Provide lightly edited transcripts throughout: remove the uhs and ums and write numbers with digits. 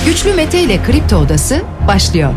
Güçlü Mete ile Kripto Odası başlıyor.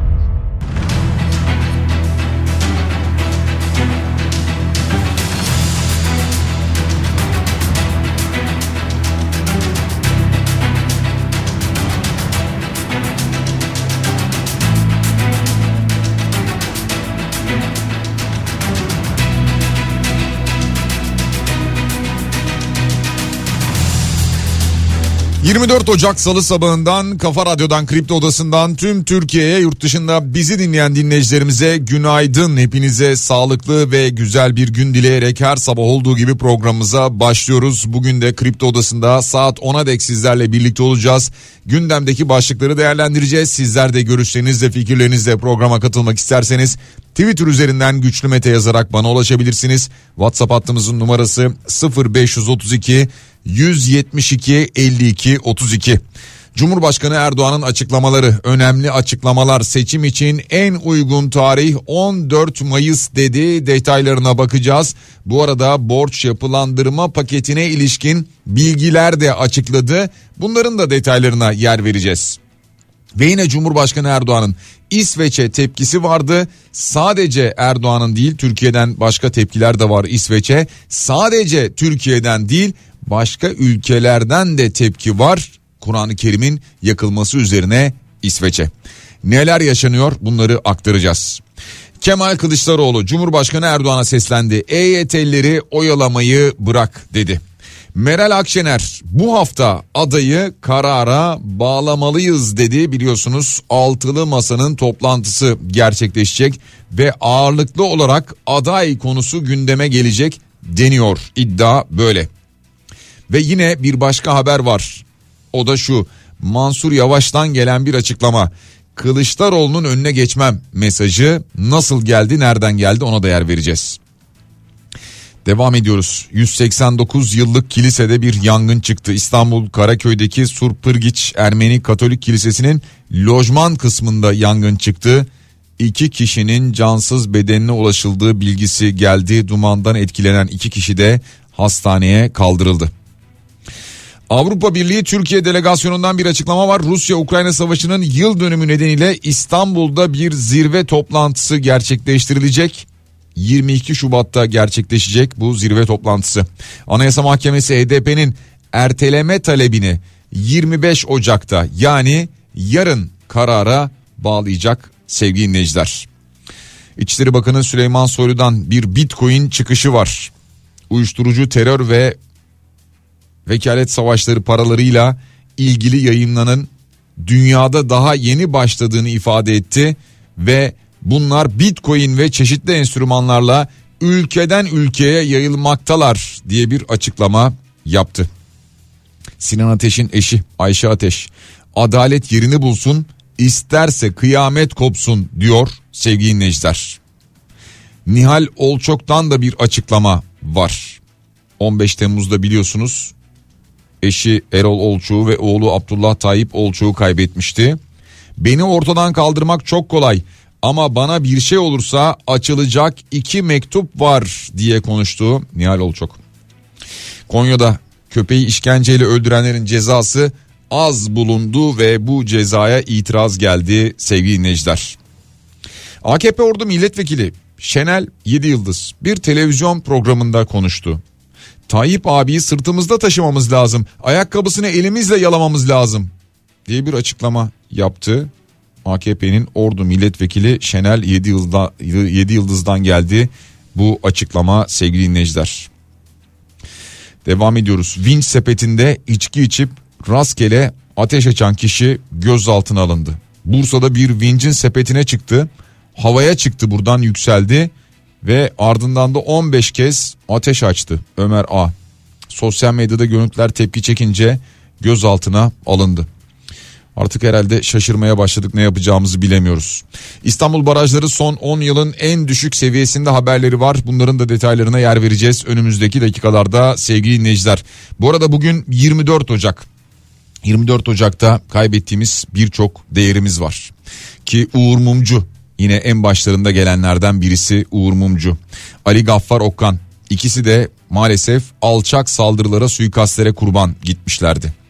...24 Ocak Salı sabahından Kafa Radyo'dan, Kripto Odası'ndan tüm Türkiye'ye, yurt dışında bizi dinleyen dinleyicilerimize günaydın. Hepinize sağlıklı ve güzel bir gün dileyerek her sabah olduğu gibi programımıza başlıyoruz. Bugün de Kripto Odası'nda saat 10'a dek sizlerle birlikte olacağız. Gündemdeki başlıkları değerlendireceğiz. Sizler de görüşlerinizle, fikirlerinizle programa katılmak isterseniz Twitter üzerinden Güçlü Mete yazarak bana ulaşabilirsiniz. WhatsApp hattımızın numarası 0532 172 52 32. Cumhurbaşkanı Erdoğan'ın açıklamaları, önemli açıklamalar. Seçim için en uygun tarih 14 Mayıs dedi. Detaylarına bakacağız. Bu arada borç yapılandırma paketine ilişkin bilgiler de açıkladı. Bunların da detaylarına yer vereceğiz. Ve yine Cumhurbaşkanı Erdoğan'ın İsveç'e tepkisi vardı. Sadece Erdoğan'ın değil, Türkiye'den başka tepkiler de var İsveç'e. Sadece Türkiye'den değil, başka ülkelerden de tepki var. Kur'an-ı Kerim'in yakılması üzerine İsveç'e. Neler yaşanıyor, bunları aktaracağız. Kemal Kılıçdaroğlu Cumhurbaşkanı Erdoğan'a seslendi. EYT'lileri oyalamayı bırak dedi. Meral Akşener bu hafta adayı karara bağlamalıyız dedi. Biliyorsunuz altılı masanın toplantısı gerçekleşecek ve ağırlıklı olarak aday konusu gündeme gelecek deniyor. İddia böyle. Ve yine bir başka haber var. O da şu: Mansur Yavaş'tan gelen bir açıklama. Kılıçdaroğlu'nun önüne geçmem mesajı nasıl geldi, nereden geldi, ona da yer vereceğiz. Devam ediyoruz. 189 yıllık kilisede bir yangın çıktı. İstanbul Karaköy'deki Surpırgiç Ermeni Katolik Kilisesi'nin lojman kısmında yangın çıktı. 2 kişinin cansız bedenine ulaşıldığı bilgisi geldi. Dumandan etkilenen 2 kişi de hastaneye kaldırıldı. Avrupa Birliği Türkiye delegasyonundan bir açıklama var. Rusya-Ukrayna Savaşı'nın yıl dönümü nedeniyle İstanbul'da bir zirve toplantısı gerçekleştirilecek. 22 Şubat'ta gerçekleşecek bu zirve toplantısı. Anayasa Mahkemesi HDP'nin erteleme talebini 25 Ocak'ta yani yarın karara bağlayacak sevgili dinleyiciler. İçişleri Bakanı Süleyman Soylu'dan bir Bitcoin çıkışı var. Uyuşturucu, terör ve vekalet savaşları paralarıyla ilgili yayınlanan dünyada daha yeni başladığını ifade etti ve bunlar Bitcoin ve çeşitli enstrümanlarla ülkeden ülkeye yayılmaktalar diye bir açıklama yaptı. Sinan Ateş'in eşi Ayşe Ateş, adalet yerini bulsun, isterse kıyamet kopsun diyor sevgili dinleyiciler. Nihal Olçok'tan da bir açıklama var. 15 Temmuz'da biliyorsunuz eşi Erol Olçuk'u ve oğlu Abdullah Tayyip Olçuk'u kaybetmişti. Beni ortadan kaldırmak çok kolay ama bana bir şey olursa açılacak 2 mektup var diye konuştu Nihal Olçok. Konya'da köpeği işkenceyle öldürenlerin cezası az bulundu ve bu cezaya itiraz geldi sevgili dinleyiciler. AKP Ordu Milletvekili Şenel Yediyıldız bir televizyon programında konuştu. Tayyip abiyi sırtımızda taşımamız lazım, ayakkabısını elimizle yalamamız lazım diye bir açıklama yaptı. AKP'nin Ordu Milletvekili Şenel Yediyıldız'dan geldi bu açıklama sevgili dinleyiciler. Devam ediyoruz. Vinç sepetinde içki içip rastgele ateş açan kişi gözaltına alındı. Bursa'da bir vincin sepetine çıktı, havaya çıktı, buradan yükseldi ve ardından da 15 kez ateş açtı Ömer A. Sosyal medyada görüntüler tepki çekince gözaltına alındı. Artık herhalde şaşırmaya başladık, ne yapacağımızı bilemiyoruz. İstanbul barajları son 10 yılın en düşük seviyesinde haberleri var. Bunların da detaylarına yer vereceğiz önümüzdeki dakikalarda sevgili dinleyiciler. Bu arada bugün 24 Ocak. 24 Ocak'ta kaybettiğimiz birçok değerimiz var. Ki Uğur Mumcu yine en başlarında gelenlerden birisi Uğur Mumcu. Ali Gaffar Okkan, ikisi de maalesef alçak saldırılara, suikastlere kurban gitmişlerdi.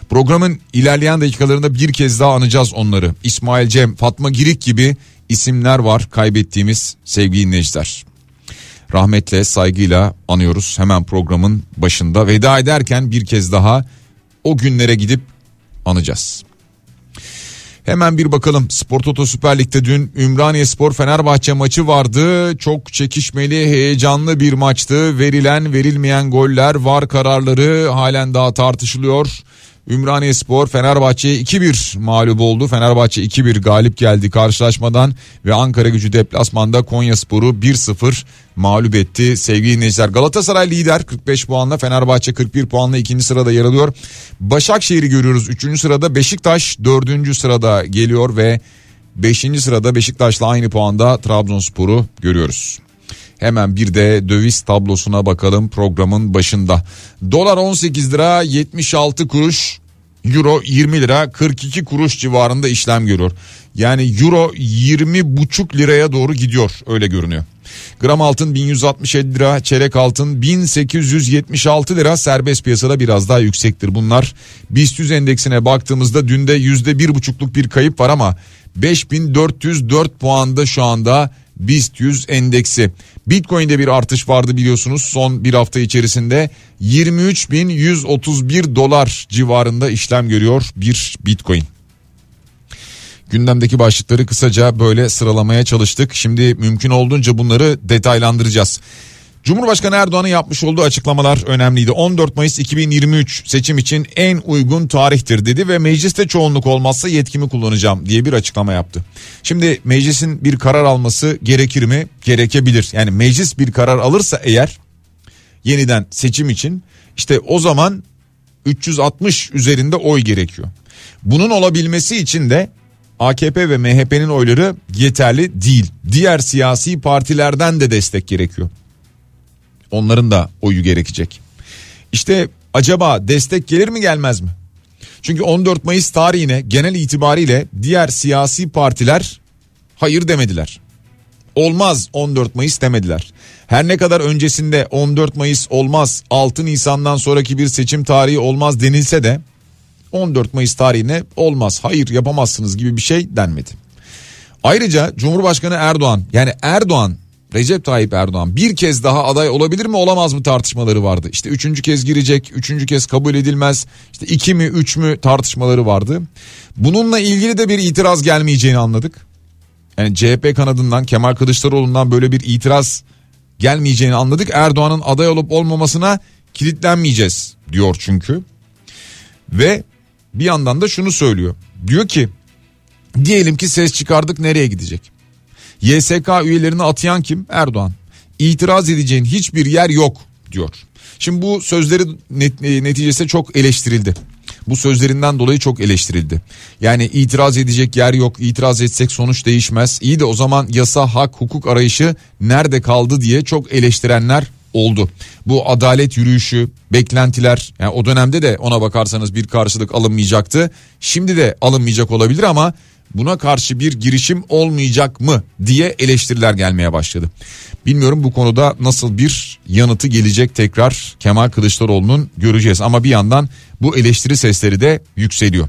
Programın ilerleyen dakikalarında bir kez daha anacağız onları. İsmail Cem, Fatma Girik gibi isimler var kaybettiğimiz sevgili dinleyiciler. Rahmetle, saygıyla anıyoruz hemen programın başında. Veda ederken bir kez daha o günlere gidip anacağız. Hemen bir bakalım. Spor Toto Süper Lig'de dün Ümraniye Fenerbahçe maçı vardı. Çok çekişmeli, heyecanlı bir maçtı. Verilen verilmeyen goller, VAR kararları halen daha tartışılıyor. Ümraniye Fenerbahçe'ye 2-1 mağlup oldu. Fenerbahçe 2-1 galip geldi karşılaşmadan ve Ankaragücü deplasmanda Konyaspor'u 1-0 mağlup etti sevgili dinleyiciler. Galatasaray lider 45 puanla, Fenerbahçe 41 puanla ikinci sırada yer alıyor. Başakşehir'i görüyoruz 3. sırada, Beşiktaş 4. sırada geliyor ve 5. sırada Beşiktaş'la aynı puanda Trabzonspor'u görüyoruz. Hemen bir de döviz tablosuna bakalım programın başında. Dolar 18 lira 76 kuruş, euro 20 lira 42 kuruş civarında işlem görüyor. Yani euro 20,5 liraya doğru gidiyor, öyle görünüyor. Gram altın 1167 lira, çeyrek altın 1876 lira, serbest piyasada biraz daha yüksektir bunlar. BIST 100 endeksine baktığımızda dünde %1,5'luk bir kayıp var ama 5404 puanda şu anda BIST 100 endeksi. Bitcoin'de bir artış vardı biliyorsunuz son bir hafta içerisinde. 23.131 dolar civarında işlem görüyor bir Bitcoin. Gündemdeki başlıkları kısaca böyle sıralamaya çalıştık. Şimdi mümkün olduğunca bunları detaylandıracağız. Cumhurbaşkanı Erdoğan'ın yapmış olduğu açıklamalar önemliydi. 14 Mayıs 2023 seçim için en uygun tarihtir dedi ve mecliste çoğunluk olmazsa yetkimi kullanacağım diye bir açıklama yaptı. Şimdi meclisin bir karar alması gerekir mi? Gerekebilir. Yani meclis bir karar alırsa eğer yeniden seçim için işte o zaman 360 üzerinde oy gerekiyor. Bunun olabilmesi için de AKP ve MHP'nin oyları yeterli değil. Diğer siyasi partilerden de destek gerekiyor. Onların da oyu gerekecek. İşte acaba destek gelir mi gelmez mi? Çünkü 14 Mayıs tarihine genel itibariyle diğer siyasi partiler hayır demediler. Olmaz 14 Mayıs demediler. Her ne kadar öncesinde 14 Mayıs olmaz, 6 Nisan'dan sonraki bir seçim tarihi olmaz denilse de 14 Mayıs tarihine olmaz, hayır yapamazsınız gibi bir şey denmedi. Ayrıca Cumhurbaşkanı Erdoğan, yani Recep Tayyip Erdoğan bir kez daha aday olabilir mi olamaz mı tartışmaları vardı. İşte 3. kez girecek, 3. kez kabul edilmez, işte 2 mi 3 mü tartışmaları vardı. Bununla ilgili de bir itiraz gelmeyeceğini anladık. Yani CHP kanadından, Kemal Kılıçdaroğlu'ndan böyle bir itiraz gelmeyeceğini anladık. Erdoğan'ın aday olup olmamasına kilitlenmeyeceğiz diyor çünkü. Ve bir yandan da şunu söylüyor. Diyor ki diyelim ki ses çıkardık, nereye gidecek? YSK üyelerini atayan kim? Erdoğan. İtiraz edeceğin hiçbir yer yok diyor. Şimdi bu sözleri neticesi çok eleştirildi. Bu sözlerinden dolayı çok eleştirildi. Yani itiraz edecek yer yok, itiraz etsek sonuç değişmez. İyi de o zaman yasa, hak, hukuk arayışı nerede kaldı diye çok eleştirenler oldu. Bu adalet yürüyüşü, beklentiler, yani o dönemde de ona bakarsanız bir karşılık alınmayacaktı. Şimdi de alınmayacak olabilir ama buna karşı bir girişim olmayacak mı diye eleştiriler gelmeye başladı. Bilmiyorum bu konuda nasıl bir yanıtı gelecek tekrar Kemal Kılıçdaroğlu'nun, göreceğiz. Ama bir yandan bu eleştiri sesleri de yükseliyor.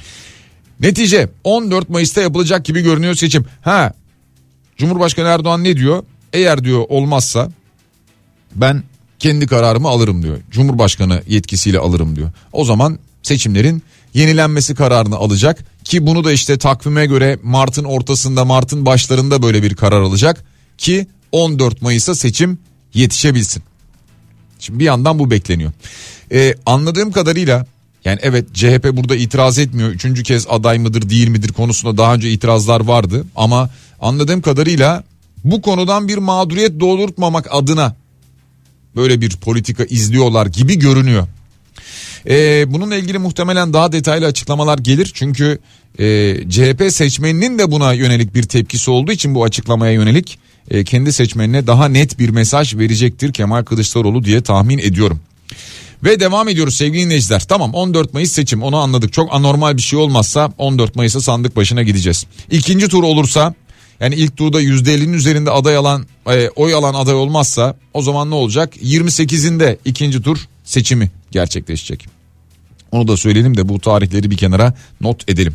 Netice 14 Mayıs'ta yapılacak gibi görünüyor seçim. Cumhurbaşkanı Erdoğan ne diyor? Eğer diyor olmazsa ben kendi kararımı alırım diyor. Cumhurbaşkanı yetkisiyle alırım diyor. O zaman seçimlerin yenilenmesi kararını alacak ki bunu da işte takvime göre Mart'ın ortasında, Mart'ın başlarında böyle bir karar alacak ki 14 Mayıs'a seçim yetişebilsin. Şimdi bir yandan bu bekleniyor. Anladığım kadarıyla yani evet, CHP burada itiraz etmiyor. 3. kez aday mıdır değil midir konusunda daha önce itirazlar vardı ama anladığım kadarıyla bu konudan bir mağduriyet doğurtmamak adına böyle bir politika izliyorlar gibi görünüyor. Bununla ilgili muhtemelen daha detaylı açıklamalar gelir. Çünkü CHP seçmeninin de buna yönelik bir tepkisi olduğu için bu açıklamaya yönelik kendi seçmenine daha net bir mesaj verecektir Kemal Kılıçdaroğlu diye tahmin ediyorum. Ve devam ediyoruz sevgili dinleyiciler. Tamam, 14 Mayıs seçim, onu anladık. Çok anormal bir şey olmazsa 14 Mayıs'a sandık başına gideceğiz. İkinci tur olursa, yani ilk turda %50'nin üzerinde oy alan aday olmazsa o zaman ne olacak? 28'inde ikinci tur seçimi gerçekleşecek. Onu da söyleyelim de bu tarihleri bir kenara not edelim.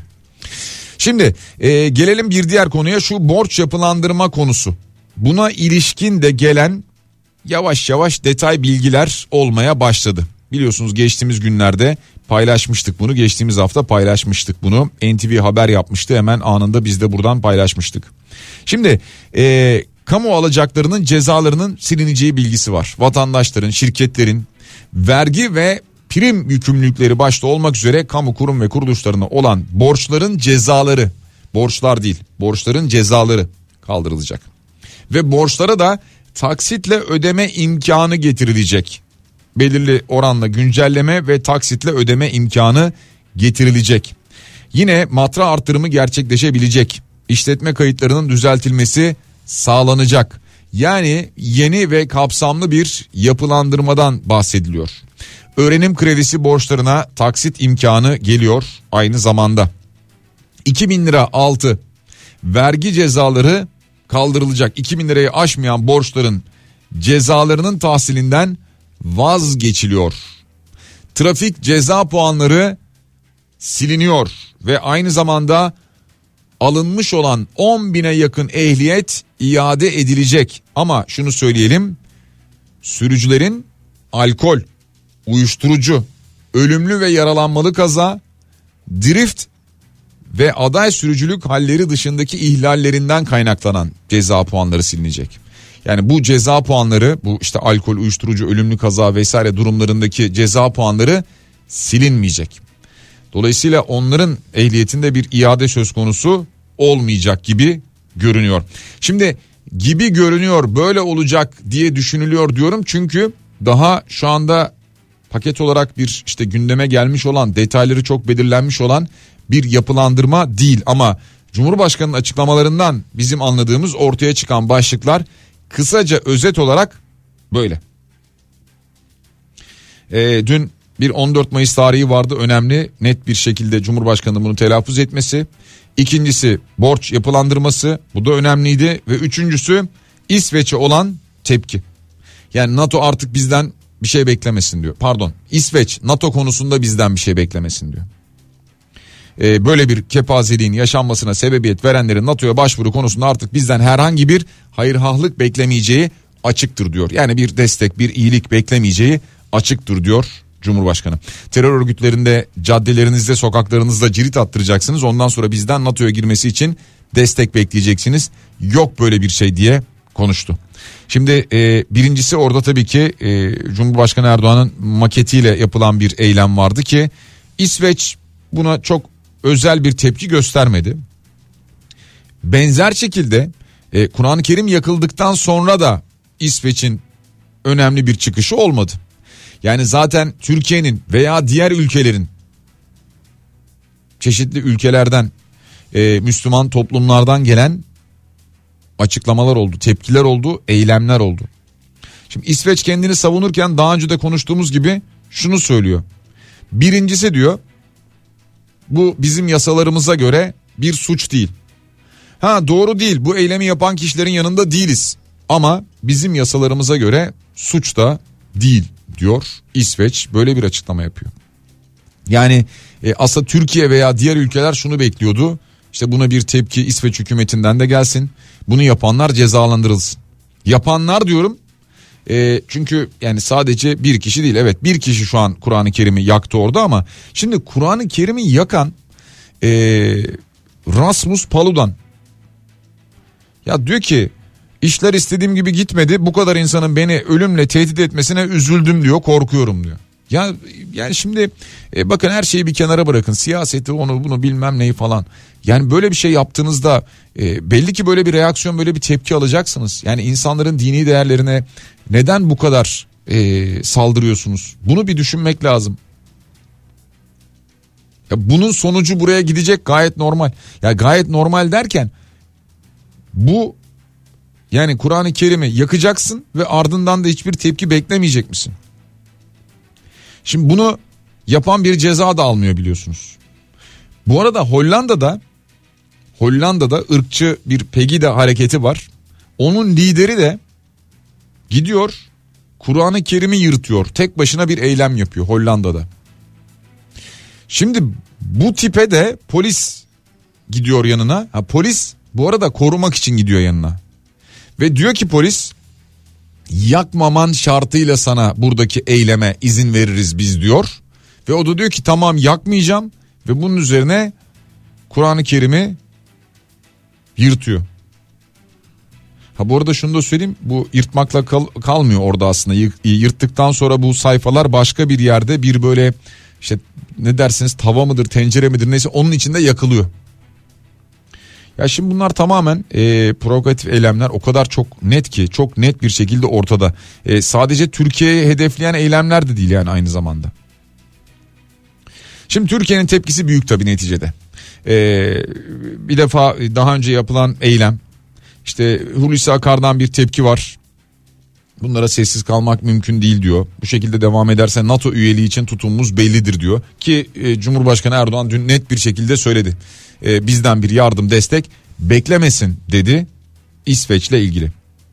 Şimdi gelelim bir diğer konuya, şu borç yapılandırma konusu. Buna ilişkin de gelen yavaş yavaş detay bilgiler olmaya başladı. Biliyorsunuz geçtiğimiz günlerde paylaşmıştık bunu, geçtiğimiz hafta paylaşmıştık bunu. NTV haber yapmıştı, hemen anında biz de buradan paylaşmıştık. Şimdi kamu alacaklarının cezalarının silineceği bilgisi var. Vatandaşların, şirketlerin vergi ve prim yükümlülükleri başta olmak üzere kamu kurum ve kuruluşlarına olan borçların cezaları, borçlar değil, borçların cezaları kaldırılacak. Ve borçlara da taksitle ödeme imkanı getirilecek. Belirli oranla güncelleme ve taksitle ödeme imkanı getirilecek. Yine matra artırımı gerçekleşebilecek. İşletme kayıtlarının düzeltilmesi sağlanacak. Yani yeni ve kapsamlı bir yapılandırmadan bahsediliyor. Öğrenim kredisi borçlarına taksit imkanı geliyor aynı zamanda. 2.000 lira altı vergi cezaları kaldırılacak. 2.000 lirayı aşmayan borçların cezalarının tahsilinden vazgeçiliyor. Trafik ceza puanları siliniyor ve aynı zamanda alınmış olan 10.000'e yakın ehliyet iade edilecek. Ama şunu söyleyelim, sürücülerin alkol, uyuşturucu, ölümlü ve yaralanmalı kaza, drift ve aday sürücülük halleri dışındaki ihlallerinden kaynaklanan ceza puanları silinecek. Yani bu ceza puanları, bu işte alkol, uyuşturucu, ölümlü kaza vesaire durumlarındaki ceza puanları silinmeyecek. Dolayısıyla onların ehliyetinde bir iade söz konusu olmayacak gibi görünüyor. Şimdi gibi görünüyor, böyle olacak diye düşünülüyor diyorum çünkü daha şu anda paket olarak bir işte gündeme gelmiş olan, detayları çok belirlenmiş olan bir yapılandırma değil. Ama Cumhurbaşkanı'nın açıklamalarından bizim anladığımız, ortaya çıkan başlıklar kısaca özet olarak böyle. Dün bir 14 Mayıs tarihi vardı, önemli, net bir şekilde Cumhurbaşkanı'nın bunu telaffuz etmesi. İkincisi borç yapılandırması, bu da önemliydi. Ve üçüncüsü İsveç'e olan tepki. Yani NATO artık bizden bir şey beklemesin diyor. Pardon, İsveç NATO konusunda bizden bir şey beklemesin diyor. Böyle bir kepazeliğin yaşanmasına sebebiyet verenlerin NATO'ya başvuru konusunda artık bizden herhangi bir hayırhahlık beklemeyeceği açıktır diyor. Yani bir destek, bir iyilik beklemeyeceği açıktır diyor Cumhurbaşkanı. Terör örgütlerinde caddelerinizde, sokaklarınızda cirit attıracaksınız. Ondan sonra bizden NATO'ya girmesi için destek bekleyeceksiniz. Yok böyle bir şey diye konuştu. Şimdi birincisi orada tabii ki Cumhurbaşkanı Erdoğan'ın maketiyle yapılan bir eylem vardı ki İsveç buna çok özel bir tepki göstermedi. Benzer şekilde Kur'an-ı Kerim yakıldıktan sonra da İsveç'in önemli bir çıkışı olmadı. Yani zaten Türkiye'nin veya diğer ülkelerin, çeşitli ülkelerden, Müslüman toplumlardan gelen açıklamalar oldu, tepkiler oldu, eylemler oldu. Şimdi İsveç kendini savunurken daha önce de konuştuğumuz gibi şunu söylüyor. Birincisi diyor, bu bizim yasalarımıza göre bir suç değil. Ha doğru değil, bu eylemi yapan kişilerin yanında değiliz. Ama bizim yasalarımıza göre suç da değil diyor İsveç, böyle bir açıklama yapıyor. Yani aslında Türkiye veya diğer ülkeler şunu bekliyordu. İşte buna bir tepki İsveç hükümetinden de gelsin. Bunu yapanlar cezalandırılsın. Yapanlar diyorum. Çünkü yani sadece bir kişi değil, evet bir kişi şu an Kur'an-ı Kerim'i yaktı orada ama şimdi Kur'an-ı Kerim'i yakan Rasmus Paludan ya diyor ki işler istediğim gibi gitmedi, bu kadar insanın beni ölümle tehdit etmesine üzüldüm diyor, korkuyorum diyor. Ya yani şimdi bakın her şeyi bir kenara bırakın, siyaseti, onu bunu bilmem neyi falan. Yani böyle bir şey yaptığınızda belli ki böyle bir reaksiyon, böyle bir tepki alacaksınız. Yani insanların dini değerlerine neden bu kadar saldırıyorsunuz? Bunu bir düşünmek lazım. Ya bunun sonucu buraya gidecek, gayet normal. Ya gayet normal derken bu, yani Kur'an-ı Kerim'i yakacaksın ve ardından da hiçbir tepki beklemeyecek misin? Şimdi bunu yapan bir ceza da almıyor biliyorsunuz. Bu arada Hollanda'da ırkçı bir Pegida hareketi var. Onun lideri de gidiyor Kur'an-ı Kerim'i yırtıyor. Tek başına bir eylem yapıyor Hollanda'da. Şimdi bu tipe de polis gidiyor yanına. Polis bu arada korumak için gidiyor yanına. Ve diyor ki polis, yakmaman şartıyla sana buradaki eyleme izin veririz biz diyor. Ve o da diyor ki tamam yakmayacağım ve bunun üzerine Kur'an-ı Kerim'i yırtıyor. Bu arada şunu da söyleyeyim, bu yırtmakla kalmıyor orada aslında. Yırttıktan sonra bu sayfalar başka bir yerde bir böyle işte ne dersiniz, tava mıdır tencere midir neyse onun içinde yakılıyor. Ya şimdi bunlar tamamen provokatif eylemler, o kadar çok net ki, çok net bir şekilde ortada. Sadece Türkiye'yi hedefleyen eylemler de değil yani aynı zamanda. Şimdi Türkiye'nin tepkisi büyük tabii neticede. Bir defa daha önce yapılan eylem, işte Hulusi Akar'dan bir tepki var. Bunlara sessiz kalmak mümkün değil diyor. Bu şekilde devam ederse NATO üyeliği için tutumumuz bellidir diyor. Ki Cumhurbaşkanı Erdoğan dün net bir şekilde söyledi. Bizden bir yardım destek beklemesin dedi İsveç'le ilgili.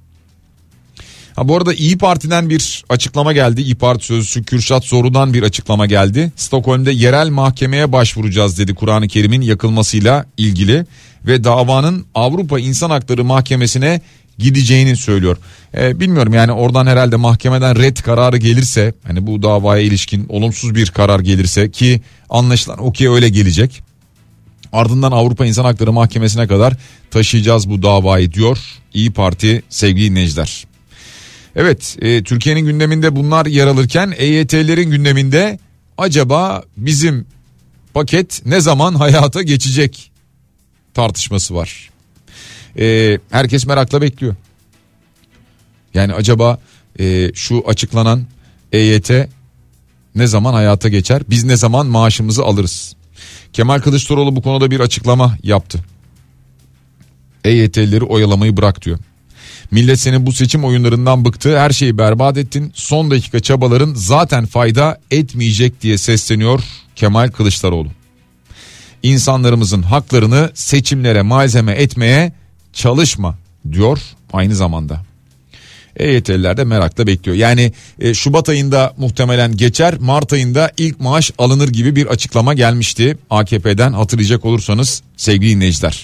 Bu arada İyi Parti'den bir açıklama geldi. İyi Parti sözcüsü Kürşat Zoru'dan bir açıklama geldi. Stockholm'de yerel mahkemeye başvuracağız dedi Kur'an-ı Kerim'in yakılmasıyla ilgili. Ve davanın Avrupa İnsan Hakları Mahkemesi'ne gideceğini söylüyor. Bilmiyorum yani oradan herhalde mahkemeden red kararı gelirse, hani bu davaya ilişkin olumsuz bir karar gelirse ki anlaşılan o ki öyle gelecek. Ardından Avrupa İnsan Hakları Mahkemesi'ne kadar taşıyacağız bu davayı diyor İyi Parti sevgili dinleyiciler. Evet, Türkiye'nin gündeminde bunlar yer alırken EYT'lerin gündeminde acaba bizim paket ne zaman hayata geçecek tartışması var. Herkes merakla bekliyor. Yani acaba şu açıklanan EYT ne zaman hayata geçer? Biz ne zaman maaşımızı alırız? Kemal Kılıçdaroğlu bu konuda bir açıklama yaptı. EYT'lileri oyalamayı bırak diyor. Millet senin bu seçim oyunlarından bıktı, her şeyi berbat ettin, son dakika çabaların zaten fayda etmeyecek diye sesleniyor Kemal Kılıçdaroğlu. İnsanlarımızın haklarını seçimlere malzeme etmeye çalışma diyor aynı zamanda. EYT'liler de merakla bekliyor. Yani Şubat ayında muhtemelen geçer, Mart ayında ilk maaş alınır gibi bir açıklama gelmişti AKP'den, hatırlayacak olursanız sevgili dinleyiciler.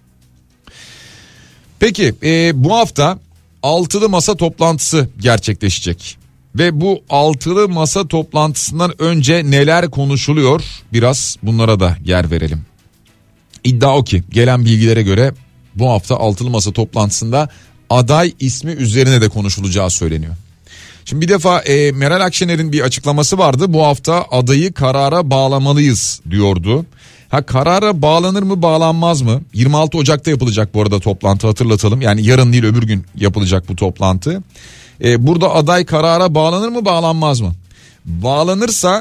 Peki bu hafta altılı masa toplantısı gerçekleşecek. Ve bu altılı masa toplantısından önce neler konuşuluyor, biraz bunlara da yer verelim. İddia o ki gelen bilgilere göre bu hafta altılı masa toplantısında aday ismi üzerine de konuşulacağı söyleniyor. Şimdi bir defa Meral Akşener'in bir açıklaması vardı. Bu hafta adayı karara bağlamalıyız diyordu. Karara bağlanır mı bağlanmaz mı? 26 Ocak'ta yapılacak bu arada toplantı, hatırlatalım. Yani yarın değil öbür gün yapılacak bu toplantı. Burada aday karara bağlanır mı bağlanmaz mı? Bağlanırsa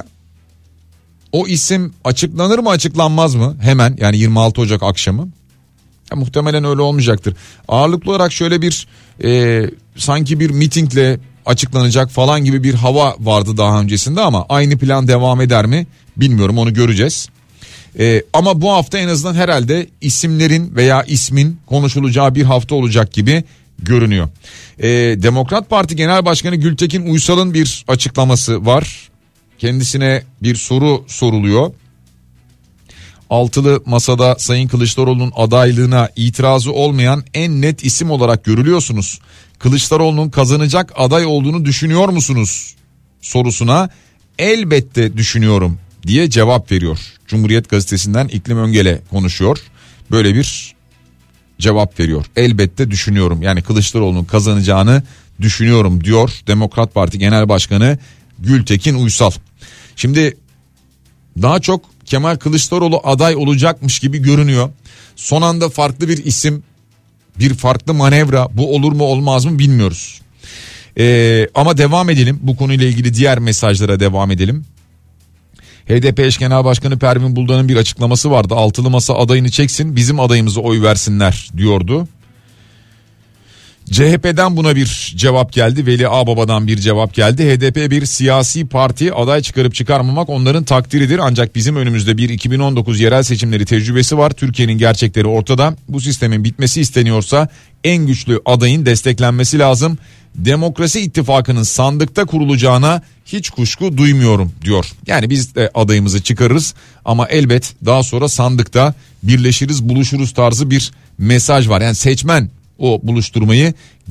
o isim açıklanır mı açıklanmaz mı? Hemen yani 26 Ocak akşamı. Muhtemelen öyle olmayacaktır. Ağırlıklı olarak şöyle bir sanki bir mitingle açıklanacak falan gibi bir hava vardı daha öncesinde ama aynı plan devam eder mi bilmiyorum, onu göreceğiz. Ama bu hafta en azından herhalde isimlerin veya ismin konuşulacağı bir hafta olacak gibi görünüyor. Demokrat Parti Genel Başkanı Gültekin Uysal'ın bir açıklaması var. Kendisine bir soru soruluyor. Altılı masada Sayın Kılıçdaroğlu'nun adaylığına itirazı olmayan en net isim olarak görülüyorsunuz. Kılıçdaroğlu'nun kazanacak aday olduğunu düşünüyor musunuz sorusuna elbette düşünüyorum diye cevap veriyor. Cumhuriyet Gazetesi'nden İklim Öngel'e konuşuyor. Böyle bir cevap veriyor. Elbette düşünüyorum, yani Kılıçdaroğlu'nun kazanacağını düşünüyorum diyor Demokrat Parti Genel Başkanı Gültekin Uysal. Şimdi daha çok Kemal Kılıçdaroğlu aday olacakmış gibi görünüyor. Son anda farklı bir isim, bir farklı manevra, bu olur mu olmaz mı bilmiyoruz. Ama devam edelim, bu konuyla ilgili diğer mesajlara devam edelim. HDP eş genel başkanı Pervin Buldan'ın bir açıklaması vardı. Altılı masa adayını çeksin, bizim adayımıza oy versinler diyordu. CHP'den buna bir cevap geldi. Veli Ağbaba'dan bir cevap geldi. HDP bir siyasi parti, aday çıkarıp çıkarmamak onların takdiridir. Ancak bizim önümüzde bir 2019 yerel seçimleri tecrübesi var. Türkiye'nin gerçekleri ortada. Bu sistemin bitmesi isteniyorsa en güçlü adayın desteklenmesi lazım. Demokrasi İttifakı'nın sandıkta kurulacağına hiç kuşku duymuyorum diyor. Yani biz de adayımızı çıkarırız ama elbet daha sonra sandıkta birleşiriz, buluşuruz tarzı bir mesaj var. Yani seçmen o buluşturmayı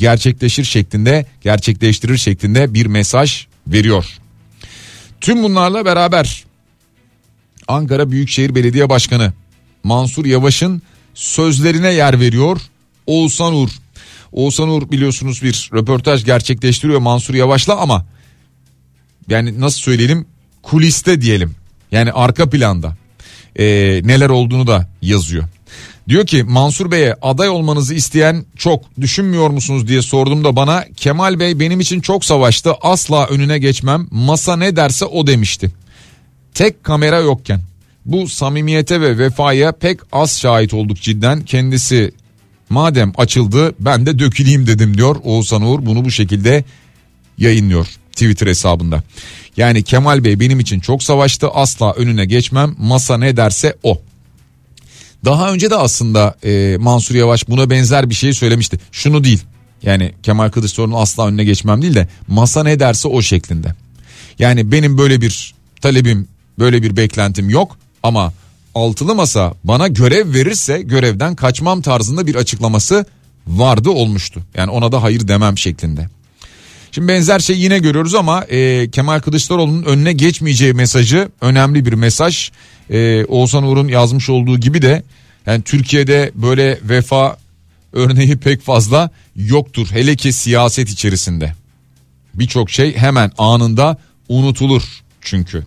gerçekleştirir şeklinde bir mesaj veriyor. Tüm bunlarla beraber Ankara Büyükşehir Belediye Başkanı Mansur Yavaş'ın sözlerine yer veriyor Oğuzhan Uğur. Oğuzhan Uğur biliyorsunuz bir röportaj gerçekleştiriyor Mansur Yavaş'la ama yani nasıl söyleyelim, kuliste diyelim, yani arka planda neler olduğunu da yazıyor. Diyor ki Mansur Bey'e aday olmanızı isteyen çok, düşünmüyor musunuz diye sorduğumda bana Kemal Bey benim için çok savaştı, asla önüne geçmem, masa ne derse o demişti. Tek kamera yokken bu samimiyete ve vefaya pek az şahit olduk cidden, kendisi madem açıldı ben de döküleyim dedim diyor Oğuzhan Uğur, bunu bu şekilde yayınlıyor Twitter hesabında. Yani Kemal Bey benim için çok savaştı, asla önüne geçmem, masa ne derse o. Daha önce de aslında Mansur Yavaş buna benzer bir şey söylemişti. Şunu değil, yani Kemal Kılıçdaroğlu'nun asla önüne geçmem değil de masa ne derse o şeklinde. Yani benim böyle bir talebim, böyle bir beklentim yok ama altılı masa bana görev verirse görevden kaçmam tarzında bir açıklaması vardı, olmuştu. Yani ona da hayır demem şeklinde. Şimdi benzer şey yine görüyoruz ama Kemal Kılıçdaroğlu'nun önüne geçmeyeceği mesajı önemli bir mesaj. Oğuzhan Uğur'un yazmış olduğu gibi de yani Türkiye'de böyle vefa örneği pek fazla yoktur. Hele ki siyaset içerisinde. Birçok şey hemen anında unutulur çünkü.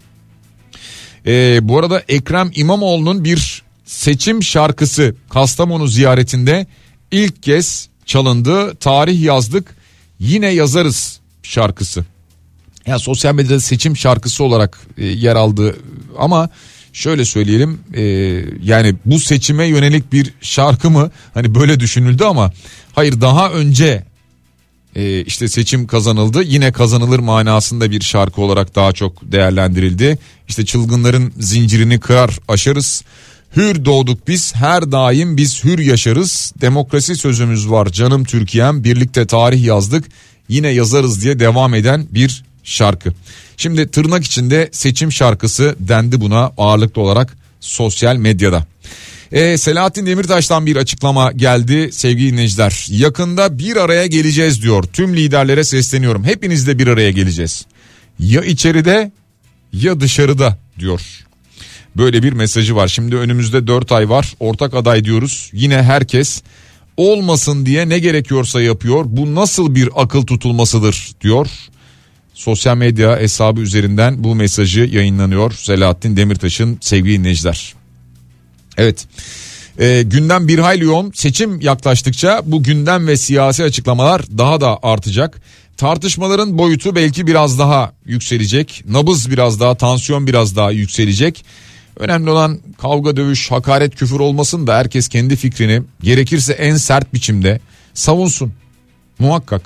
Bu arada Ekrem İmamoğlu'nun bir seçim şarkısı Kastamonu ziyaretinde ilk kez çalındı. Tarih yazdık, yine yazarız şarkısı. Yani sosyal medyada seçim şarkısı olarak yer aldı ama şöyle söyleyelim, yani bu seçime yönelik bir şarkı mı, hani böyle düşünüldü ama hayır, daha önce işte seçim kazanıldı, yine kazanılır manasında bir şarkı olarak daha çok değerlendirildi. İşte çılgınların zincirini kırar aşarız, hür doğduk biz, her daim biz hür yaşarız, demokrasi sözümüz var canım Türkiye'm, birlikte tarih yazdık, yine yazarız diye devam eden bir şarkı. Şimdi tırnak içinde seçim şarkısı dendi buna ağırlıklı olarak sosyal medyada. Selahattin Demirtaş'tan bir açıklama geldi sevgili dinleyiciler. Yakında bir araya geleceğiz diyor. Tüm liderlere sesleniyorum. Hepinizle bir araya geleceğiz. Ya içeride ya dışarıda diyor. Böyle bir mesajı var. Şimdi önümüzde 4 ay var. Ortak aday diyoruz. Yine herkes olmasın diye ne gerekiyorsa yapıyor. Bu nasıl bir akıl tutulmasıdır diyor. Sosyal medya hesabı üzerinden bu mesajı yayınlanıyor Selahattin Demirtaş'ın sevgili dinleyiciler. Evet, gündem bir hayli yoğun. Seçim yaklaştıkça bu gündem ve siyasi açıklamalar daha da artacak. Tartışmaların boyutu belki biraz daha yükselecek. Nabız biraz daha, tansiyon biraz daha yükselecek. Önemli olan kavga, dövüş, hakaret, küfür olmasın da herkes kendi fikrini gerekirse en sert biçimde savunsun. Muhakkak.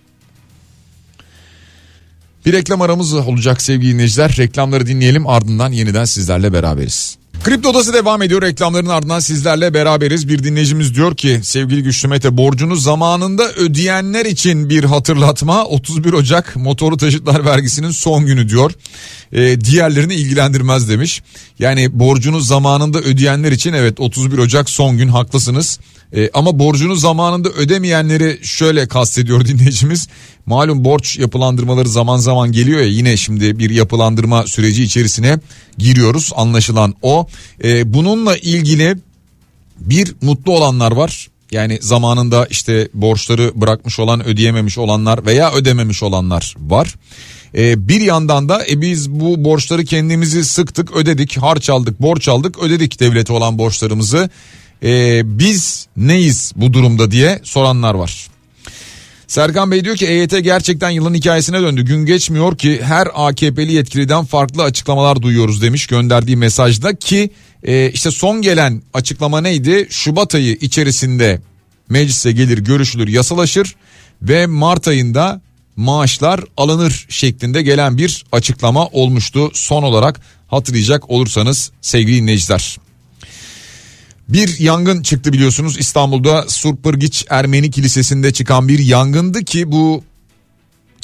Bir reklam aramız olacak sevgili dinleyiciler. Reklamları dinleyelim, ardından yeniden sizlerle beraberiz. Kripto Odası devam ediyor. Reklamların ardından sizlerle beraberiz. Bir dinleyicimiz diyor ki sevgili Güçlü Mete, borcunu zamanında ödeyenler için bir hatırlatma, 31 Ocak motorlu taşıtlar vergisinin son günü diyor. Diğerlerini ilgilendirmez demiş. Yani borcunu zamanında ödeyenler için evet 31 Ocak son gün, haklısınız. Ama borcunu zamanında ödemeyenleri şöyle kastediyor dinleyicimiz. Malum borç yapılandırmaları zaman zaman geliyor ya, yine şimdi bir yapılandırma süreci içerisine giriyoruz, anlaşılan o. Bununla ilgili bir mutlu olanlar var. Yani zamanında işte borçları bırakmış olan, ödeyememiş olanlar veya ödememiş olanlar var. Bir yandan da biz bu borçları kendimizi sıktık, ödedik, harç aldık, borç aldık, ödedik devlete olan borçlarımızı. Biz neyiz bu durumda diye soranlar var. Serkan Bey diyor ki EYT gerçekten yılın hikayesine döndü. Gün geçmiyor ki her AKP'li yetkiliden farklı açıklamalar duyuyoruz demiş gönderdiği mesajda ki işte son gelen açıklama neydi? Şubat ayı içerisinde meclise gelir, görüşülür, yasalaşır ve Mart ayında maaşlar alınır şeklinde gelen bir açıklama olmuştu. Son olarak hatırlayacak olursanız sevgili dinleyiciler. Bir yangın çıktı biliyorsunuz İstanbul'da Surpırgiç Ermeni Kilisesi'nde çıkan bir yangındı ki bu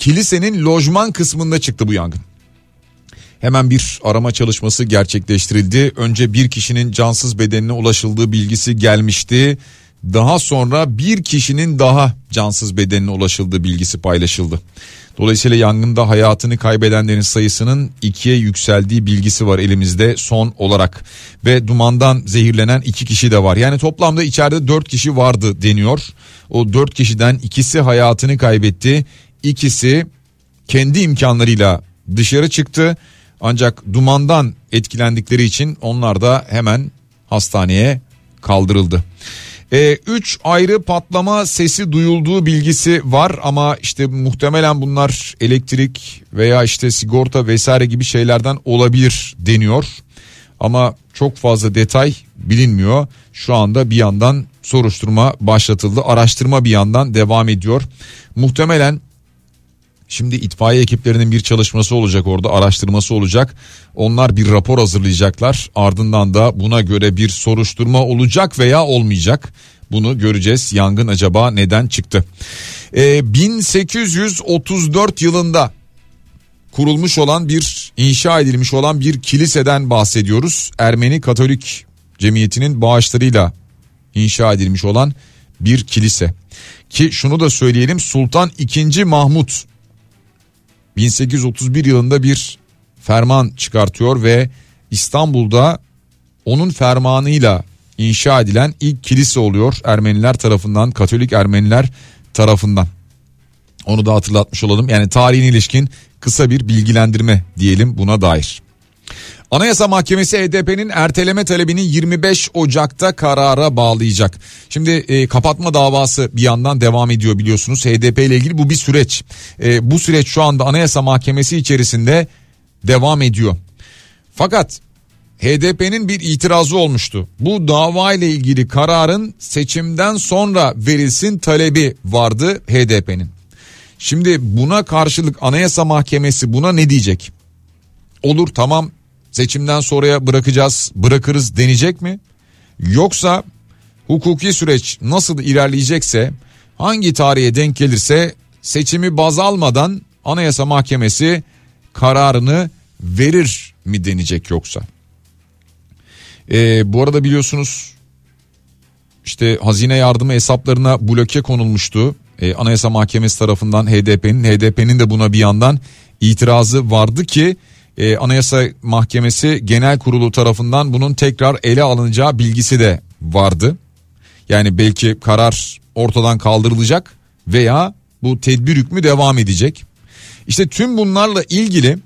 kilisenin lojman kısmında çıktı bu yangın. Hemen bir arama çalışması gerçekleştirildi. Önce bir kişinin cansız bedenine ulaşıldığı bilgisi gelmişti. Daha sonra bir kişinin daha cansız bedenine ulaşıldığı bilgisi paylaşıldı. Dolayısıyla yangında hayatını kaybedenlerin sayısının 2'ye yükseldiği bilgisi var elimizde son olarak. Ve dumandan zehirlenen 2 kişi de var. Yani toplamda içeride 4 kişi vardı deniyor. O 4 kişiden ikisi hayatını kaybetti. İkisi kendi imkanlarıyla dışarı çıktı. Ancak dumandan etkilendikleri için onlar da hemen hastaneye kaldırıldı. 3 ayrı patlama sesi duyulduğu bilgisi var ama işte muhtemelen bunlar elektrik veya işte sigorta vesaire gibi şeylerden olabilir deniyor. Ama çok fazla detay bilinmiyor. Şu anda bir yandan soruşturma başlatıldı. Araştırma bir yandan devam ediyor. Muhtemelen şimdi itfaiye ekiplerinin bir çalışması olacak orada, araştırması olacak. Onlar bir rapor hazırlayacaklar. Ardından da buna göre bir soruşturma olacak veya olmayacak. Bunu göreceğiz. Yangın acaba neden çıktı? 1834 yılında kurulmuş olan inşa edilmiş olan bir kiliseden bahsediyoruz. Ermeni Katolik Cemiyeti'nin bağışlarıyla inşa edilmiş olan bir kilise. Ki şunu da söyleyelim, Sultan II. Mahmut 1831 yılında bir ferman çıkartıyor ve İstanbul'da onun fermanıyla inşa edilen ilk kilise oluyor Ermeniler tarafından, Katolik Ermeniler tarafından. Onu da hatırlatmış olalım. Yani tarihine ilişkin kısa bir bilgilendirme diyelim buna dair. Anayasa Mahkemesi HDP'nin erteleme talebini 25 Ocak'ta karara bağlayacak. Şimdi kapatma davası bir yandan devam ediyor biliyorsunuz. HDP ile ilgili bu bir süreç. Bu süreç şu anda Anayasa Mahkemesi içerisinde devam ediyor. Fakat HDP'nin bir itirazı olmuştu. Bu dava ile ilgili kararın seçimden sonra verilsin talebi vardı HDP'nin. Şimdi buna karşılık Anayasa Mahkemesi buna ne diyecek? Olur, tamam, seçimden sonraya bırakırız denecek mi? Yoksa hukuki süreç nasıl ilerleyecekse, hangi tarihe denk gelirse seçimi baz almadan Anayasa Mahkemesi kararını verir mi denecek yoksa? Bu arada biliyorsunuz işte hazine yardımı hesaplarına bloke konulmuştu. Anayasa Mahkemesi tarafından HDP'nin de buna bir yandan itirazı vardı ki Anayasa Mahkemesi Genel Kurulu tarafından bunun tekrar ele alınacağı bilgisi de vardı. Yani belki karar ortadan kaldırılacak veya bu tedbir hükmü devam edecek. İşte tüm bunlarla ilgili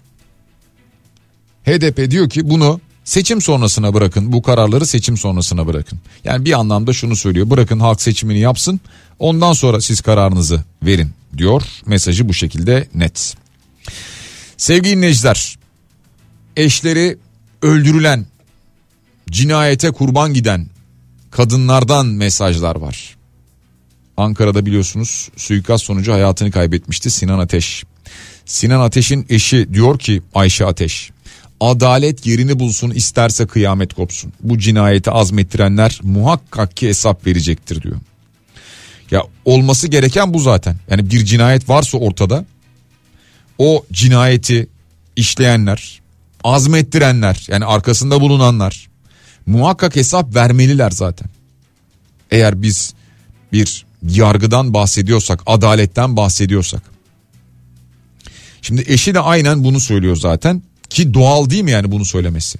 HDP diyor ki bunu seçim sonrasına bırakın, bu kararları seçim sonrasına bırakın. Yani bir anlamda şunu söylüyor, bırakın halk seçimini yapsın, ondan sonra siz kararınızı verin diyor. Mesajı bu şekilde net. Sevgili dinleyiciler, eşleri öldürülen, cinayete kurban giden kadınlardan mesajlar var. Ankara'da biliyorsunuz suikast sonucu hayatını kaybetmişti Sinan Ateş. Sinan Ateş'in eşi diyor ki, Ayşe Ateş, adalet yerini bulsun, isterse kıyamet kopsun. Bu cinayeti azmettirenler muhakkak ki hesap verecektir diyor. Ya olması gereken bu zaten. Yani bir cinayet varsa ortada, o cinayeti işleyenler, azmettirenler, yani arkasında bulunanlar muhakkak hesap vermeliler zaten. Eğer biz bir yargıdan bahsediyorsak, adaletten bahsediyorsak. Şimdi eşi de aynen bunu söylüyor zaten. Ki doğal değil mi yani bunu söylemesi?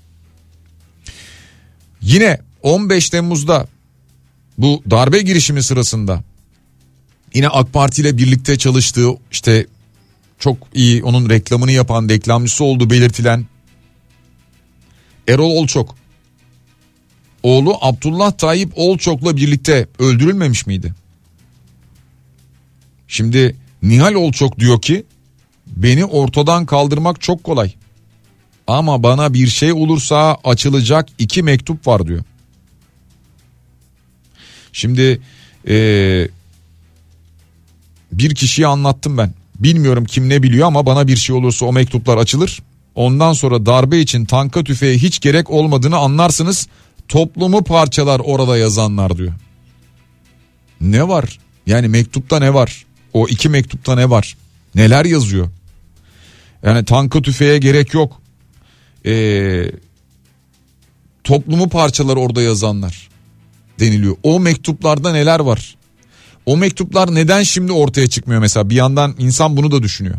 Yine 15 Temmuz'da bu darbe girişimi sırasında yine AK Parti ile birlikte çalıştığı, işte çok iyi onun reklamını yapan, reklamcısı olduğu belirtilen Erol Olçok, oğlu Abdullah Tayyip Olçok'la birlikte öldürülmemiş miydi? Şimdi Nihal Olçok diyor ki beni ortadan kaldırmak çok kolay. Ama bana bir şey olursa açılacak 2 mektup var diyor. Şimdi bir kişiye anlattım ben. Bilmiyorum kim ne biliyor ama bana bir şey olursa o mektuplar açılır. Ondan sonra darbe için tanka tüfeğe hiç gerek olmadığını anlarsınız. Toplumu parçalar orada yazanlar diyor. Ne var? Yani mektupta ne var? O 2 mektupta ne var? Neler yazıyor? Yani tanka tüfeğe gerek yok. Toplumu parçalar orada yazanlar deniliyor. O mektuplarda neler var? O mektuplar neden şimdi ortaya çıkmıyor mesela? Bir yandan insan bunu da düşünüyor.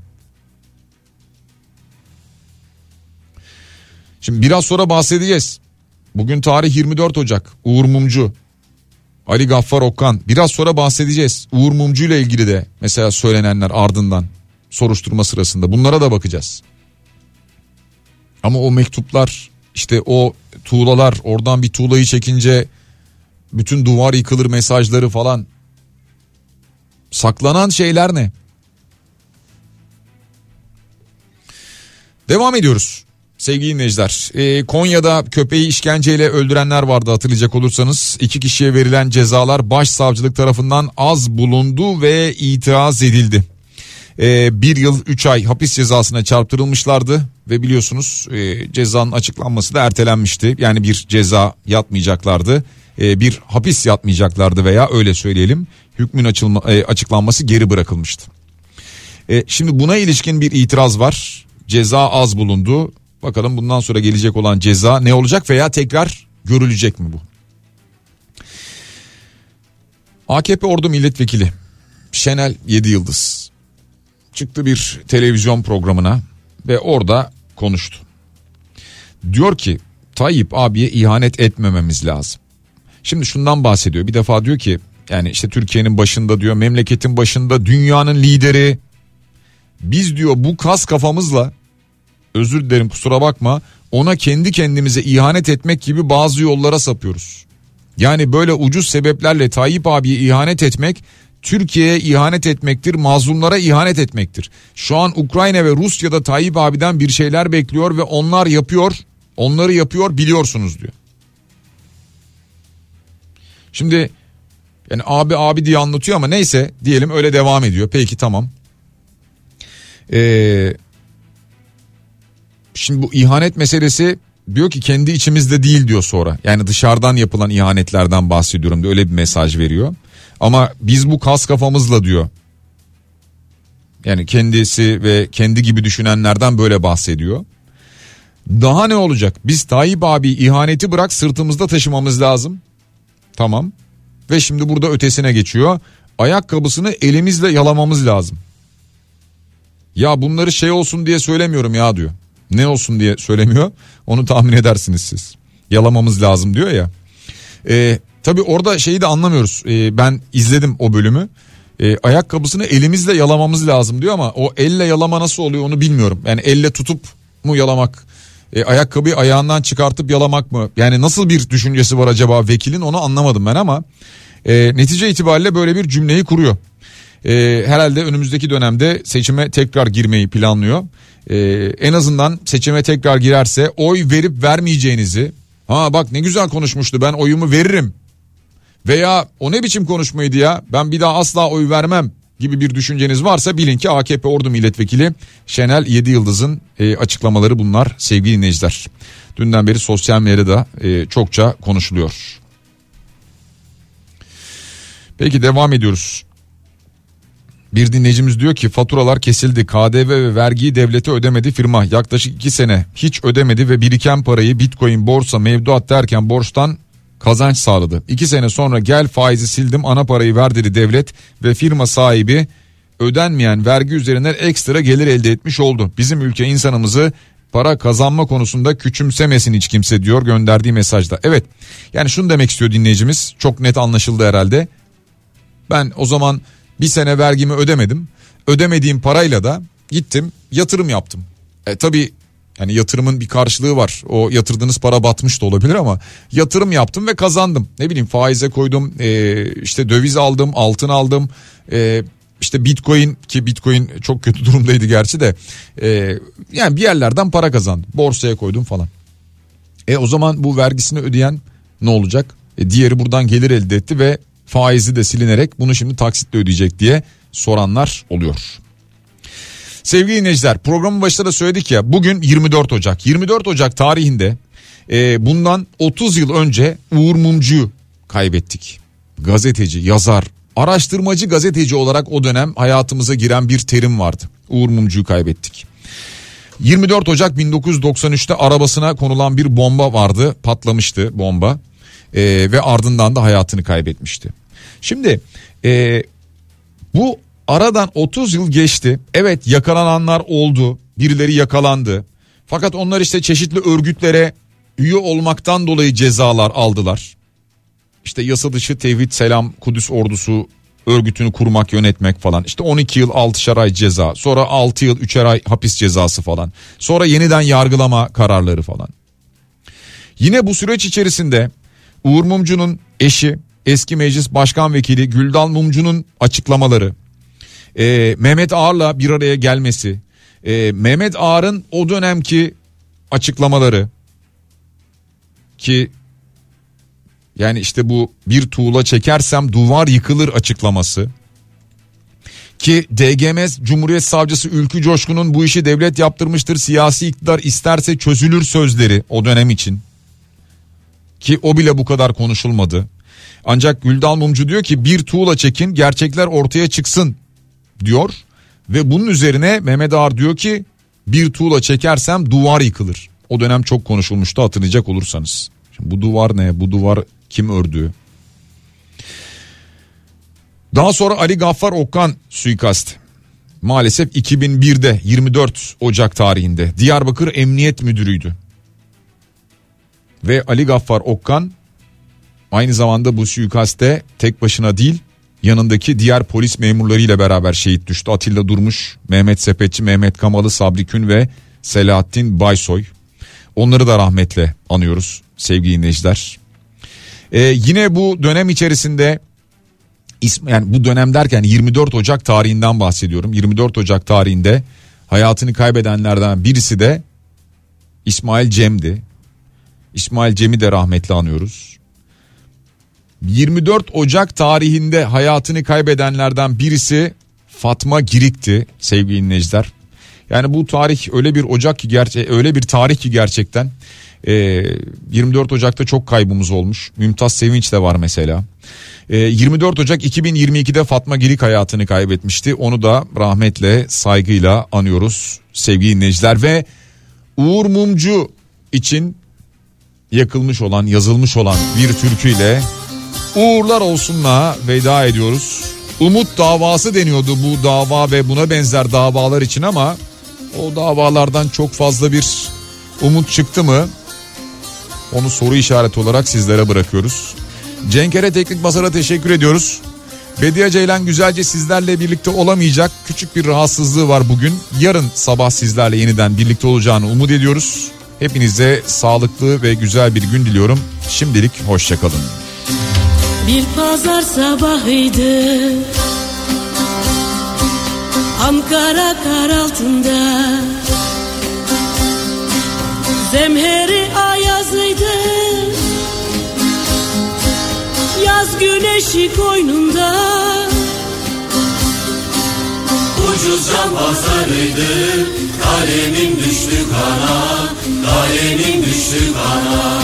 Şimdi biraz sonra bahsedeceğiz. Bugün tarih 24 Ocak. Uğur Mumcu, Ali Gaffar Okkan. Biraz sonra bahsedeceğiz. Uğur Mumcu ile ilgili de mesela söylenenler ardından soruşturma sırasında. Bunlara da bakacağız. Ama o mektuplar, işte o tuğlalar, oradan bir tuğlayı çekince bütün duvar yıkılır mesajları falan. Saklanan şeyler ne? Devam ediyoruz sevgili dinleyiciler. Konya'da köpeği işkenceyle öldürenler vardı, hatırlayacak olursanız. 2 kişiye verilen cezalar başsavcılık tarafından az bulundu ve itiraz edildi. 1 yıl 3 ay hapis cezasına çarptırılmışlardı ve biliyorsunuz cezanın açıklanması da ertelenmişti. Yani bir ceza yatmayacaklardı, bir hapis yatmayacaklardı veya öyle söyleyelim, hükmün açıklanması geri bırakılmıştı. Şimdi buna ilişkin bir itiraz var, ceza az bulundu. Bakalım bundan sonra gelecek olan ceza ne olacak veya tekrar görülecek mi bu? AKP Ordu Milletvekili Şenel Yediyıldız çıktı bir televizyon programına ve orada konuştu. Diyor ki Tayyip abiye ihanet etmememiz lazım. Şimdi şundan bahsediyor. Bir defa diyor ki yani işte Türkiye'nin başında diyor, memleketin başında, dünyanın lideri. Biz diyor bu kas kafamızla, özür dilerim kusura bakma, ona kendi kendimize ihanet etmek gibi bazı yollara sapıyoruz. Yani böyle ucuz sebeplerle Tayyip abiye ihanet etmek Türkiye'ye ihanet etmektir, mazlumlara ihanet etmektir. Şu an Ukrayna ve Rusya'da Tayyip abiden bir şeyler bekliyor ve onlar yapıyor, onları yapıyor biliyorsunuz diyor. Şimdi yani abi diye anlatıyor ama neyse diyelim, öyle devam ediyor. Peki tamam. Şimdi bu ihanet meselesi diyor ki kendi içimizde değil diyor sonra. Yani dışarıdan yapılan ihanetlerden bahsediyorum diyor, öyle bir mesaj veriyor. Ama biz bu kas kafamızla diyor. Yani kendisi ve kendi gibi düşünenlerden böyle bahsediyor. Daha ne olacak? Biz Tayyip abi ihaneti bırak sırtımızda taşımamız lazım. Tamam. Ve şimdi burada ötesine geçiyor. Ayakkabısını elimizle yalamamız lazım. Ya bunları şey olsun diye söylemiyorum ya diyor. Ne olsun diye söylemiyor, onu tahmin edersiniz siz. Yalamamız lazım diyor ya. Tabii orada şeyi de anlamıyoruz. Ben izledim o bölümü. Ayakkabısını elimizle yalamamız lazım diyor ama o elle yalama nasıl oluyor onu bilmiyorum. Yani elle tutup mu yalamak, ayakkabıyı ayağından çıkartıp yalamak mı? Yani nasıl bir düşüncesi var acaba vekilin, onu anlamadım ben ama netice itibariyle böyle bir cümleyi kuruyor. Herhalde önümüzdeki dönemde seçime tekrar girmeyi planlıyor. En azından seçime tekrar girerse oy verip vermeyeceğinizi, ha bak ne güzel konuşmuştu ben oyumu veririm veya o ne biçim konuşmaydı ya ben bir daha asla oy vermem gibi bir düşünceniz varsa bilin ki AKP Ordu Milletvekili Şenel Yediyıldız'ın açıklamaları bunlar sevgili dinleyiciler. Dünden beri sosyal medyada çokça konuşuluyor. Peki devam ediyoruz. Bir dinleyicimiz diyor ki faturalar kesildi, KDV ve vergiyi devlete ödemedi firma, yaklaşık 2 sene hiç ödemedi ve biriken parayı Bitcoin, borsa, mevduat derken borçtan kazanç sağladı. 2 sene sonra gel faizi sildim, ana parayı ver dedi devlet ve firma sahibi ödenmeyen vergi üzerinden ekstra gelir elde etmiş oldu. Bizim ülke insanımızı para kazanma konusunda küçümsemesin hiç kimse diyor gönderdiği mesajda. Evet, yani şunu demek istiyor dinleyicimiz, çok net anlaşıldı herhalde. Ben o zaman bir sene vergimi ödemedim. Ödemediğim parayla da gittim yatırım yaptım. Tabii yani yatırımın bir karşılığı var. O yatırdığınız para batmış da olabilir ama yatırım yaptım ve kazandım. Ne bileyim faize koydum, işte döviz aldım, altın aldım. İşte Bitcoin, ki Bitcoin çok kötü durumdaydı gerçi de. Yani bir yerlerden para kazandım. Borsaya koydum falan. O zaman bu vergisini ödeyen ne olacak? Diğeri buradan gelir elde etti ve faizi de silinerek bunu şimdi taksitle ödeyecek diye soranlar oluyor. Sevgili dinleyiciler, programın başında da söyledik ya, bugün 24 Ocak. 24 Ocak tarihinde bundan 30 yıl önce Uğur Mumcu'yu kaybettik. Gazeteci, yazar, araştırmacı gazeteci olarak o dönem hayatımıza giren bir terim vardı. Uğur Mumcu'yu kaybettik. 24 Ocak 1993'te arabasına konulan bir bomba vardı, patlamıştı bomba ve ardından da hayatını kaybetmişti. Şimdi bu aradan 30 yıl geçti. Evet, yakalananlar oldu, birileri yakalandı. Fakat onlar işte çeşitli örgütlere üye olmaktan dolayı cezalar aldılar. İşte yasa dışı Tevhid Selam Kudüs Ordusu örgütünü kurmak, yönetmek falan. İşte 12 yıl 6'şer ay ceza, sonra 6 yıl 3'er ay hapis cezası falan. Sonra yeniden yargılama kararları falan. Yine bu süreç içerisinde Uğur Mumcu'nun eşi, eski meclis başkan vekili Güldal Mumcu'nun açıklamaları, Mehmet Ağar'la bir araya gelmesi, Mehmet Ağar'ın o dönemki açıklamaları ki yani işte bu bir tuğla çekersem duvar yıkılır açıklaması ki DGM Cumhuriyet Savcısı Ülkü Coşkun'un bu işi devlet yaptırmıştır, siyasi iktidar isterse çözülür sözleri o dönem için ki o bile bu kadar konuşulmadı. Ancak Güldal Mumcu diyor ki bir tuğla çekin, gerçekler ortaya çıksın diyor ve bunun üzerine Mehmet Ağar diyor ki bir tuğla çekersem duvar yıkılır. O dönem çok konuşulmuştu, hatırlayacak olursanız. Şimdi bu duvar ne? Bu duvar kim ördü? Daha sonra Ali Gaffar Okkan suikast. Maalesef 2001'de 24 Ocak tarihinde Diyarbakır Emniyet Müdürüydü. Ve Ali Gaffar Okkan aynı zamanda bu suikaste tek başına değil, yanındaki diğer polis memurlarıyla beraber şehit düştü. Atilla Durmuş, Mehmet Sepetçi, Mehmet Kamalı, Sabri Kün ve Selahattin Baysoy. Onları da rahmetle anıyoruz sevgili dinleyiciler. Yine bu dönem içerisinde, yani bu dönem derken 24 Ocak tarihinden bahsediyorum. 24 Ocak tarihinde hayatını kaybedenlerden birisi de İsmail Cem'di. İsmail Cem'i de rahmetle anıyoruz. 24 Ocak tarihinde hayatını kaybedenlerden birisi Fatma Girik'ti sevgili dinleyiciler. Yani bu tarih öyle bir Ocak ki öyle bir tarih ki gerçekten 24 Ocak'ta çok kaybımız olmuş. Mümtaz Sevinç de var mesela. 24 Ocak 2022'de Fatma Girik hayatını kaybetmişti. Onu da rahmetle, saygıyla anıyoruz sevgili dinleyiciler ve Uğur Mumcu için yazılmış olan bir türküyle uğurlar olsunla veda ediyoruz. Umut davası deniyordu bu dava ve buna benzer davalar için ama o davalardan çok fazla bir umut çıktı mı? Onu soru işareti olarak sizlere bırakıyoruz. Cenkere Teknik Masar'a teşekkür ediyoruz. Bediye Ceylan güzelce sizlerle birlikte olamayacak. Küçük bir rahatsızlığı var bugün. Yarın sabah sizlerle yeniden birlikte olacağını umut ediyoruz. Hepinize sağlıklı ve güzel bir gün diliyorum. Şimdilik hoşçakalın. Bir pazar sabahıydı, Ankara kar altında, zemheri ayazıydı, yaz güneşi koynunda. Ucuz can pazarıydı, kalemin düştü kana, kalemin düştü kana.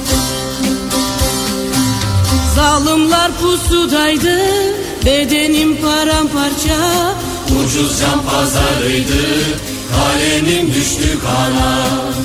Zalimler pusudaydı, bedenim paramparça. Ucuz can pazarıydı, kalemin düştü kana.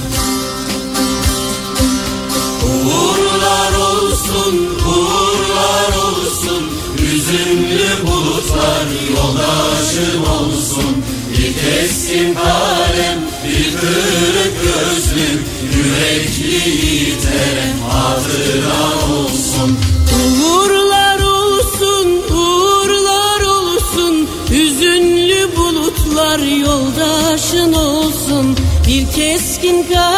Uğurlar olsun, uğurlar olsun, hüzünlü bulutlar yoldaşım olsun. Bir keskin kalem, bir kırık gözlüm, yürekli yiğitlere hatıra olsun. Uğurlar olsun, uğurlar olsun, hüzünlü bulutlar yoldaşın olsun. Bir keskin kalem,